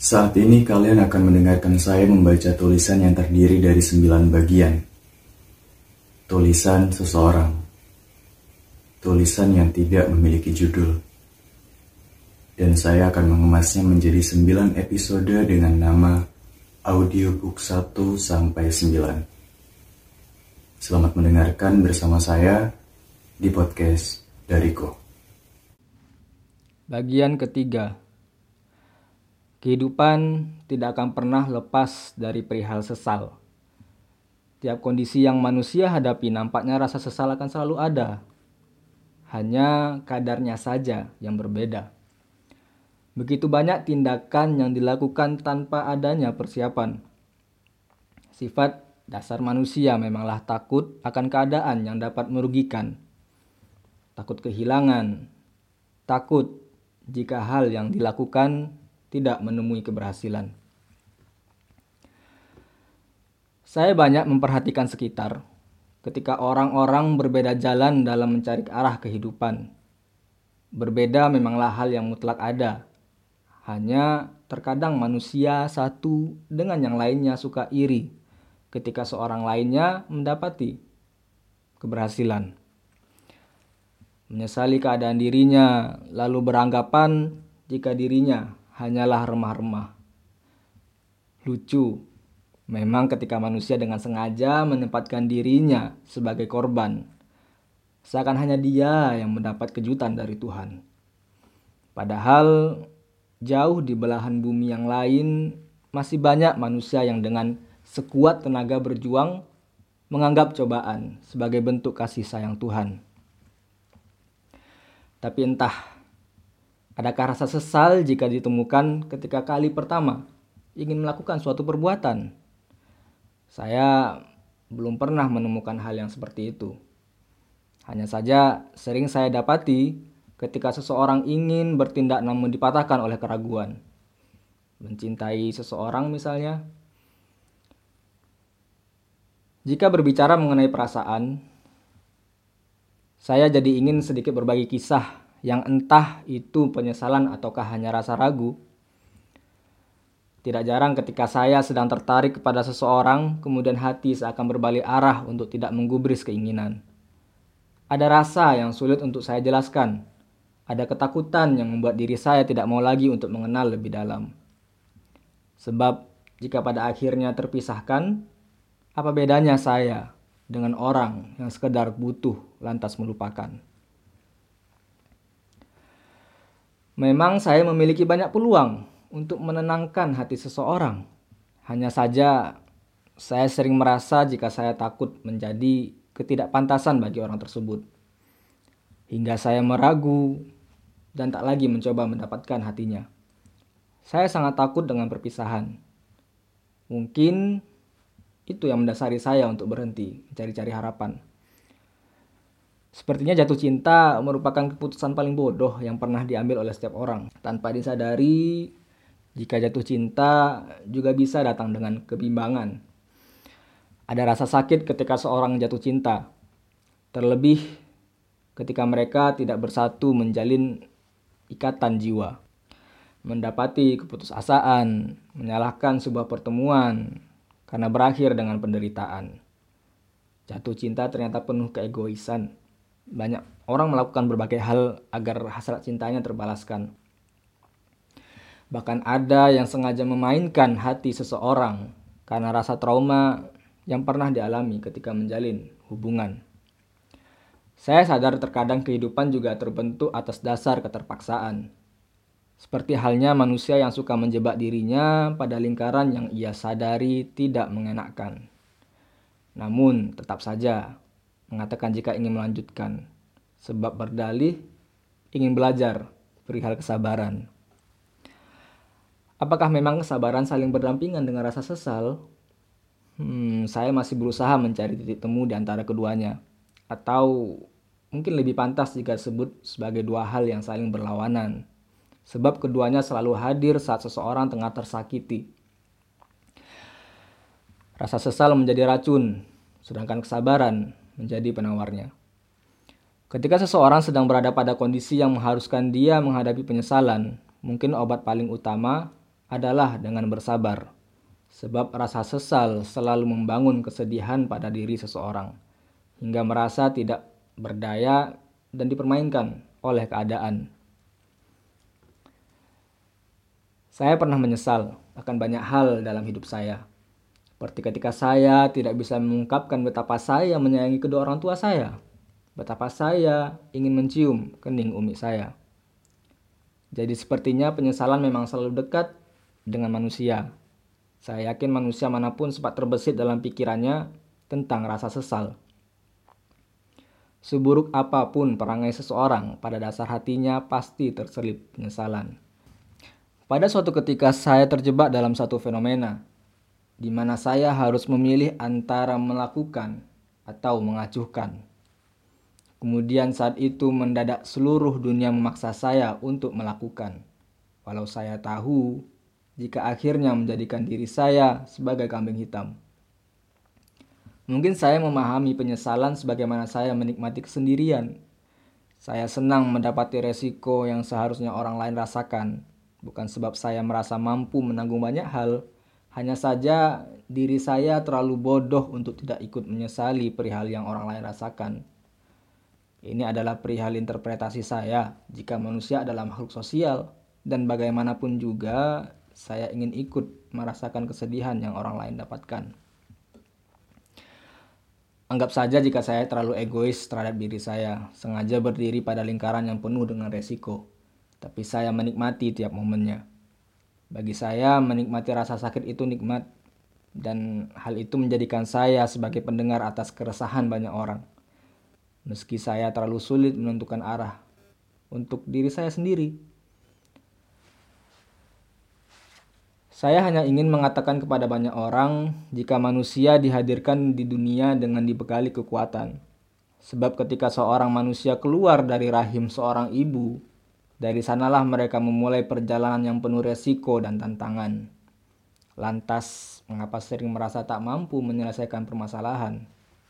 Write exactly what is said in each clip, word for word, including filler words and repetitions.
Saat ini kalian akan mendengarkan saya membaca tulisan yang terdiri dari sembilan bagian. Tulisan seseorang. Tulisan yang tidak memiliki judul. Dan saya akan mengemasnya menjadi sembilan episode dengan nama Audiobook satu sampai sembilan. Selamat mendengarkan bersama saya di podcast Dariku. Bagian ketiga. Kehidupan tidak akan pernah lepas dari perihal sesal. Tiap kondisi yang manusia hadapi nampaknya rasa sesal akan selalu ada. Hanya kadarnya saja yang berbeda. Begitu banyak tindakan yang dilakukan tanpa adanya persiapan. Sifat dasar manusia memanglah takut akan keadaan yang dapat merugikan. Takut kehilangan. Takut jika hal yang dilakukan tidak menemui keberhasilan. Saya banyak memperhatikan sekitar ketika orang-orang berbeda jalan dalam mencari arah kehidupan. Berbeda memanglah hal yang mutlak ada. Hanya terkadang manusia satu dengan yang lainnya suka iri ketika seorang lainnya mendapati keberhasilan. Menyesali keadaan dirinya, lalu beranggapan jika dirinya hanyalah remah-remah. Lucu, memang ketika manusia dengan sengaja menempatkan dirinya sebagai korban, seakan hanya dia yang mendapat kejutan dari Tuhan. Padahal jauh di belahan bumi yang lain masih banyak manusia yang dengan sekuat tenaga berjuang menganggap cobaan sebagai bentuk kasih sayang Tuhan. Tapi entah, adakah rasa sesal jika ditemukan ketika kali pertama ingin melakukan suatu perbuatan? Saya belum pernah menemukan hal yang seperti itu. Hanya saja sering saya dapati ketika seseorang ingin bertindak namun dipatahkan oleh keraguan. Mencintai seseorang misalnya. Jika berbicara mengenai perasaan, saya jadi ingin sedikit berbagi kisah yang entah itu penyesalan ataukah hanya rasa ragu. Tidak jarang ketika saya sedang tertarik kepada seseorang, kemudian hati seakan berbalik arah untuk tidak menggubris keinginan. Ada rasa yang sulit untuk saya jelaskan. Ada ketakutan yang membuat diri saya tidak mau lagi untuk mengenal lebih dalam. Sebab jika pada akhirnya terpisahkan, apa bedanya saya dengan orang yang sekedar butuh lantas melupakan? Memang saya memiliki banyak peluang untuk menenangkan hati seseorang. Hanya saja saya sering merasa jika saya takut menjadi ketidakpantasan bagi orang tersebut. Hingga saya meragu dan tak lagi mencoba mendapatkan hatinya. Saya sangat takut dengan perpisahan. Mungkin itu yang mendasari saya untuk berhenti mencari-cari harapan. Sepertinya jatuh cinta merupakan keputusan paling bodoh yang pernah diambil oleh setiap orang. Tanpa disadari, jika jatuh cinta juga bisa datang dengan kebimbangan. Ada rasa sakit ketika seorang jatuh cinta. Terlebih ketika mereka tidak bersatu menjalin ikatan jiwa. Mendapati keputusasaan, menyalahkan sebuah pertemuan karena berakhir dengan penderitaan. Jatuh cinta ternyata penuh keegoisan. Banyak orang melakukan berbagai hal agar hasrat cintanya terbalaskan. Bahkan ada yang sengaja memainkan hati seseorang karena rasa trauma yang pernah dialami ketika menjalin hubungan. Saya sadar terkadang kehidupan juga terbentuk atas dasar keterpaksaan. Seperti halnya manusia yang suka menjebak dirinya pada lingkaran yang ia sadari tidak mengenakkan. Namun tetap saja mengatakan jika ingin melanjutkan, sebab berdalih ingin belajar perihal kesabaran. Apakah memang kesabaran saling berdampingan dengan rasa sesal? Hmm, saya masih berusaha mencari titik temu di antara keduanya. Atau mungkin lebih pantas jika disebut sebagai dua hal yang saling berlawanan. Sebab keduanya selalu hadir saat seseorang tengah tersakiti. Rasa sesal menjadi racun, sedangkan kesabaran menjadi penawarnya. Ketika seseorang sedang berada pada kondisi yang mengharuskan dia menghadapi penyesalan, mungkin obat paling utama adalah dengan bersabar, sebab rasa sesal selalu membangun kesedihan pada diri seseorang, hingga merasa tidak berdaya dan dipermainkan oleh keadaan. Saya pernah menyesal akan banyak hal dalam hidup saya, seperti ketika saya tidak bisa mengungkapkan betapa saya menyayangi kedua orang tua saya, betapa saya ingin mencium kening umi saya. Jadi sepertinya penyesalan memang selalu dekat dengan manusia. Saya yakin manusia manapun sempat terbesit dalam pikirannya tentang rasa sesal. Seburuk apapun perangai seseorang, pada dasar hatinya pasti terselip penyesalan. Pada suatu ketika saya terjebak dalam satu fenomena, di mana saya harus memilih antara melakukan atau mengacuhkan. Kemudian saat itu mendadak seluruh dunia memaksa saya untuk melakukan, walau saya tahu jika akhirnya menjadikan diri saya sebagai kambing hitam. Mungkin saya memahami penyesalan sebagaimana saya menikmati kesendirian. Saya senang mendapati resiko yang seharusnya orang lain rasakan, bukan sebab saya merasa mampu menanggung banyak hal. Hanya saja diri saya terlalu bodoh untuk tidak ikut menyesali perihal yang orang lain rasakan. Ini adalah perihal interpretasi saya jika manusia adalah makhluk sosial, dan bagaimanapun juga saya ingin ikut merasakan kesedihan yang orang lain dapatkan. Anggap saja jika saya terlalu egois terhadap diri saya, sengaja berdiri pada lingkaran yang penuh dengan resiko, tapi saya menikmati tiap momennya. Bagi saya, menikmati rasa sakit itu nikmat, dan hal itu menjadikan saya sebagai pendengar atas keresahan banyak orang. Meski saya terlalu sulit menentukan arah untuk diri saya sendiri. Saya hanya ingin mengatakan kepada banyak orang, jika manusia dihadirkan di dunia dengan dibekali kekuatan. Sebab ketika seorang manusia keluar dari rahim seorang ibu, dari sanalah mereka memulai perjalanan yang penuh resiko dan tantangan. Lantas, mengapa sering merasa tak mampu menyelesaikan permasalahan?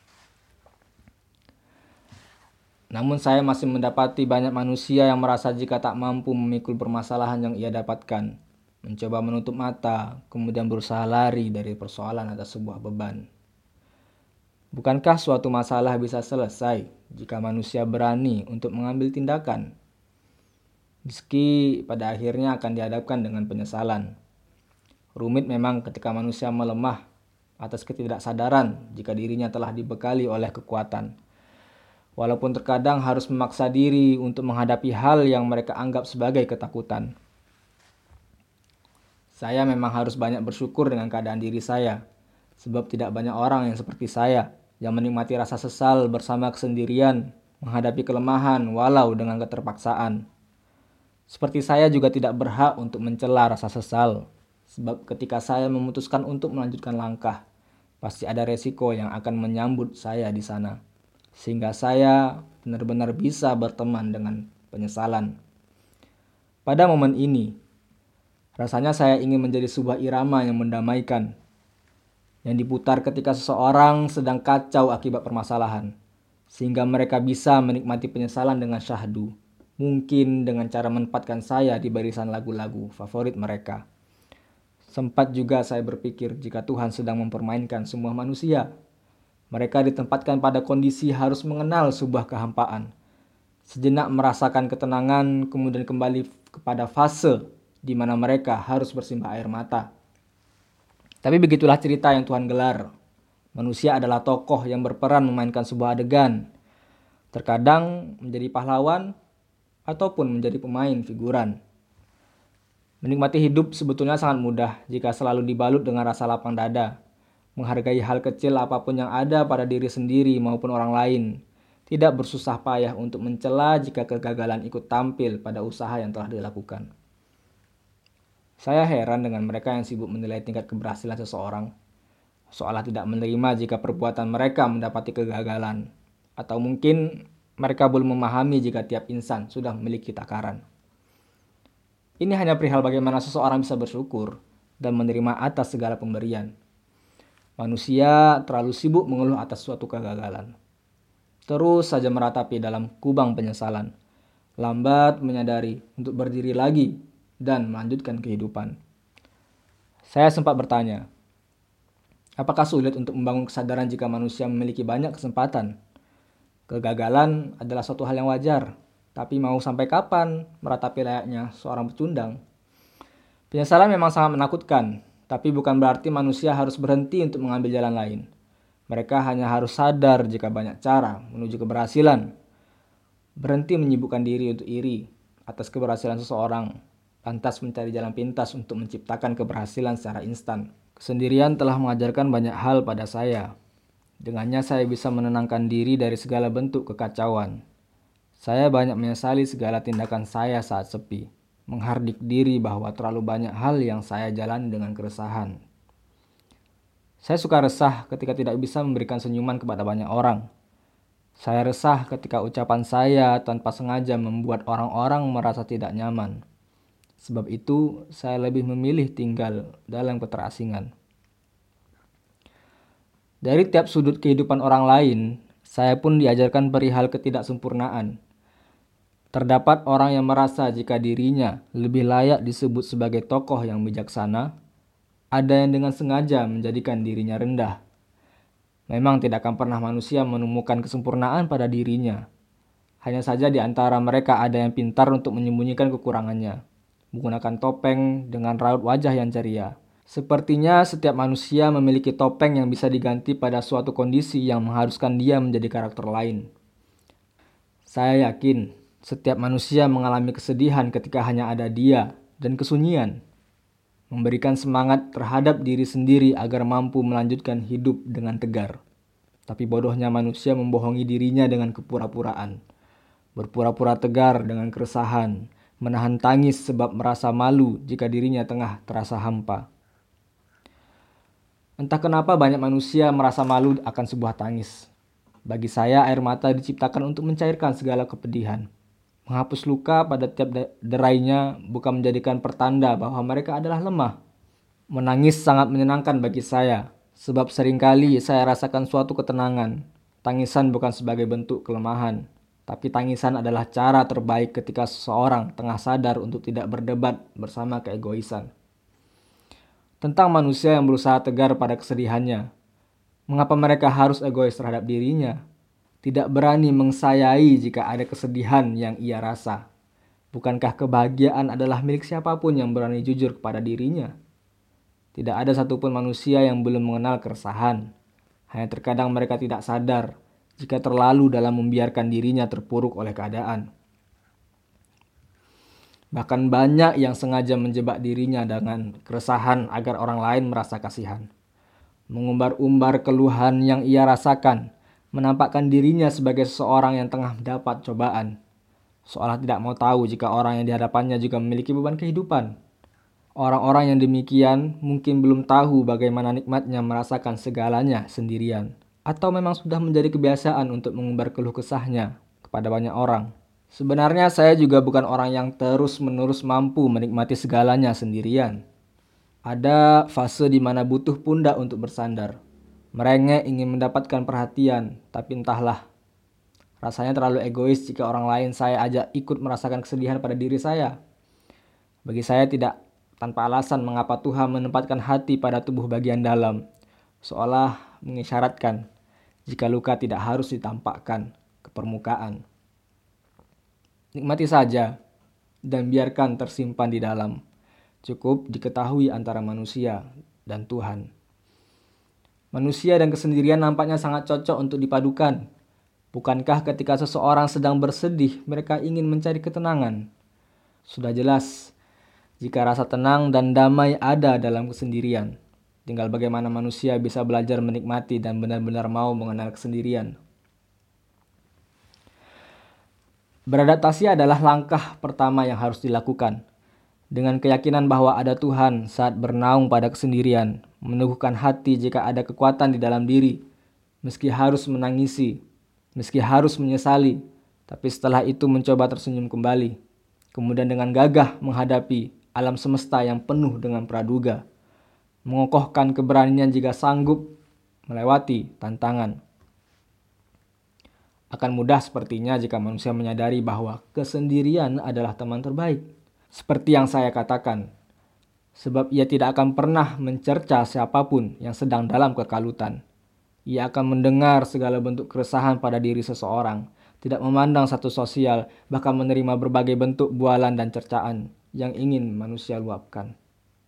Namun saya masih mendapati banyak manusia yang merasa jika tak mampu memikul permasalahan yang ia dapatkan, mencoba menutup mata, kemudian berusaha lari dari persoalan atas sebuah beban. Bukankah suatu masalah bisa selesai jika manusia berani untuk mengambil tindakan? Meski pada akhirnya akan dihadapkan dengan penyesalan. Rumit memang ketika manusia melemah atas ketidaksadaran jika dirinya telah dibekali oleh kekuatan. Walaupun terkadang harus memaksa diri untuk menghadapi hal yang mereka anggap sebagai ketakutan. Saya memang harus banyak bersyukur dengan keadaan diri saya, sebab tidak banyak orang yang seperti saya, yang menikmati rasa sesal bersama kesendirian, menghadapi kelemahan walau dengan keterpaksaan. Seperti saya juga tidak berhak untuk mencela rasa sesal, sebab ketika saya memutuskan untuk melanjutkan langkah, pasti ada resiko yang akan menyambut saya di sana, sehingga saya benar-benar bisa berteman dengan penyesalan. Pada momen ini, rasanya saya ingin menjadi sebuah irama yang mendamaikan, yang diputar ketika seseorang sedang kacau akibat permasalahan, sehingga mereka bisa menikmati penyesalan dengan syahdu, mungkin dengan cara menempatkan saya di barisan lagu-lagu favorit mereka. Sempat juga saya berpikir jika Tuhan sedang mempermainkan semua manusia, mereka ditempatkan pada kondisi harus mengenal sebuah kehampaan, sejenak merasakan ketenangan, kemudian kembali kepada fase di mana mereka harus bersimbah air mata. Tapi begitulah cerita yang Tuhan gelar. Manusia adalah tokoh yang berperan memainkan sebuah adegan. Terkadang menjadi pahlawan ataupun menjadi pemain figuran. Menikmati hidup sebetulnya sangat mudah jika selalu dibalut dengan rasa lapang dada. Menghargai hal kecil apapun yang ada pada diri sendiri maupun orang lain. Tidak bersusah payah untuk mencela jika kegagalan ikut tampil pada usaha yang telah dilakukan. Saya heran dengan mereka yang sibuk menilai tingkat keberhasilan seseorang, seolah tidak menerima jika perbuatan mereka mendapati kegagalan, atau mungkin mereka belum memahami jika tiap insan sudah memiliki takaran. Ini hanya perihal bagaimana seseorang bisa bersyukur dan menerima atas segala pemberian. Manusia terlalu sibuk mengeluh atas suatu kegagalan, terus saja meratapi dalam kubang penyesalan, lambat menyadari untuk berdiri lagi dan melanjutkan kehidupan. Saya sempat bertanya, apakah sulit untuk membangun kesadaran jika manusia memiliki banyak kesempatan? Kegagalan adalah suatu hal yang wajar, tapi mau sampai kapan meratapi layaknya seorang pecundang? Penyesalan memang sangat menakutkan, tapi bukan berarti manusia harus berhenti untuk mengambil jalan lain. Mereka hanya harus sadar jika banyak cara menuju keberhasilan. Berhenti menyibukkan diri untuk iri atas keberhasilan seseorang, lantas mencari jalan pintas untuk menciptakan keberhasilan secara instan. Kesendirian telah mengajarkan banyak hal pada saya. Dengannya saya bisa menenangkan diri dari segala bentuk kekacauan. Saya banyak menyesali segala tindakan saya saat sepi, menghardik diri bahwa terlalu banyak hal yang saya jalani dengan keresahan. Saya suka resah ketika tidak bisa memberikan senyuman kepada banyak orang. Saya resah ketika ucapan saya tanpa sengaja membuat orang-orang merasa tidak nyaman. Sebab itu, saya lebih memilih tinggal dalam keterasingan. Dari tiap sudut kehidupan orang lain, saya pun diajarkan perihal ketidaksempurnaan. Terdapat orang yang merasa jika dirinya lebih layak disebut sebagai tokoh yang bijaksana, ada yang dengan sengaja menjadikan dirinya rendah. Memang tidak akan pernah manusia menemukan kesempurnaan pada dirinya. Hanya saja di antara mereka ada yang pintar untuk menyembunyikan kekurangannya, menggunakan topeng dengan raut wajah yang ceria. Sepertinya setiap manusia memiliki topeng yang bisa diganti pada suatu kondisi yang mengharuskan dia menjadi karakter lain. Saya yakin setiap manusia mengalami kesedihan ketika hanya ada dia dan kesunyian. Memberikan semangat terhadap diri sendiri agar mampu melanjutkan hidup dengan tegar. Tapi bodohnya manusia membohongi dirinya dengan kepura-puraan. Berpura-pura tegar dengan keresahan, menahan tangis sebab merasa malu jika dirinya tengah terasa hampa. Entah kenapa banyak manusia merasa malu akan sebuah tangis. Bagi saya, air mata diciptakan untuk mencairkan segala kepedihan. Menghapus luka pada tiap derainya bukan menjadikan pertanda bahwa mereka adalah lemah. Menangis sangat menyenangkan bagi saya, sebab seringkali saya rasakan suatu ketenangan. Tangisan bukan sebagai bentuk kelemahan, tapi tangisan adalah cara terbaik ketika seseorang tengah sadar untuk tidak berdebat bersama keegoisan. Tentang manusia yang berusaha tegar pada kesedihannya. Mengapa mereka harus egois terhadap dirinya? Tidak berani mengsayai jika ada kesedihan yang ia rasa. Bukankah kebahagiaan adalah milik siapapun yang berani jujur kepada dirinya? Tidak ada satupun manusia yang belum mengenal keresahan. Hanya terkadang mereka tidak sadar jika terlalu dalam membiarkan dirinya terpuruk oleh keadaan. Bahkan banyak yang sengaja menjebak dirinya dengan keresahan agar orang lain merasa kasihan. Mengumbar-umbar keluhan yang ia rasakan, menampakkan dirinya sebagai seseorang yang tengah mendapat cobaan. Seolah tidak mau tahu jika orang yang dihadapannya juga memiliki beban kehidupan. Orang-orang yang demikian mungkin belum tahu bagaimana nikmatnya merasakan segalanya sendirian. Atau memang sudah menjadi kebiasaan untuk mengumbar keluh kesahnya kepada banyak orang. Sebenarnya saya juga bukan orang yang terus-menerus mampu menikmati segalanya sendirian. Ada fase di mana butuh pundak untuk bersandar. Merengek ingin mendapatkan perhatian, tapi entahlah. Rasanya terlalu egois jika orang lain saya ajak ikut merasakan kesedihan pada diri saya. Bagi saya tidak tanpa alasan mengapa Tuhan menempatkan hati pada tubuh bagian dalam, seolah mengisyaratkan jika luka tidak harus ditampakkan ke permukaan. Nikmati saja dan biarkan tersimpan di dalam. Cukup diketahui antara manusia dan Tuhan. Manusia dan kesendirian nampaknya sangat cocok untuk dipadukan. Bukankah ketika seseorang sedang bersedih, mereka ingin mencari ketenangan? Sudah jelas, jika rasa tenang dan damai ada dalam kesendirian. Tinggal bagaimana manusia bisa belajar menikmati dan benar-benar mau mengenal kesendirian. Beradaptasi adalah langkah pertama yang harus dilakukan. Dengan keyakinan bahwa ada Tuhan saat bernaung pada kesendirian, meneguhkan hati jika ada kekuatan di dalam diri, meski harus menangisi, meski harus menyesali, tapi setelah itu mencoba tersenyum kembali. Kemudian dengan gagah menghadapi alam semesta yang penuh dengan praduga, mengokohkan keberanian jika sanggup melewati tantangan. Akan mudah sepertinya jika manusia menyadari bahwa kesendirian adalah teman terbaik. Seperti yang saya katakan, sebab ia tidak akan pernah mencerca siapapun yang sedang dalam kekalutan. Ia akan mendengar segala bentuk keresahan pada diri seseorang, tidak memandang status sosial, bahkan menerima berbagai bentuk bualan dan cercaan yang ingin manusia luapkan.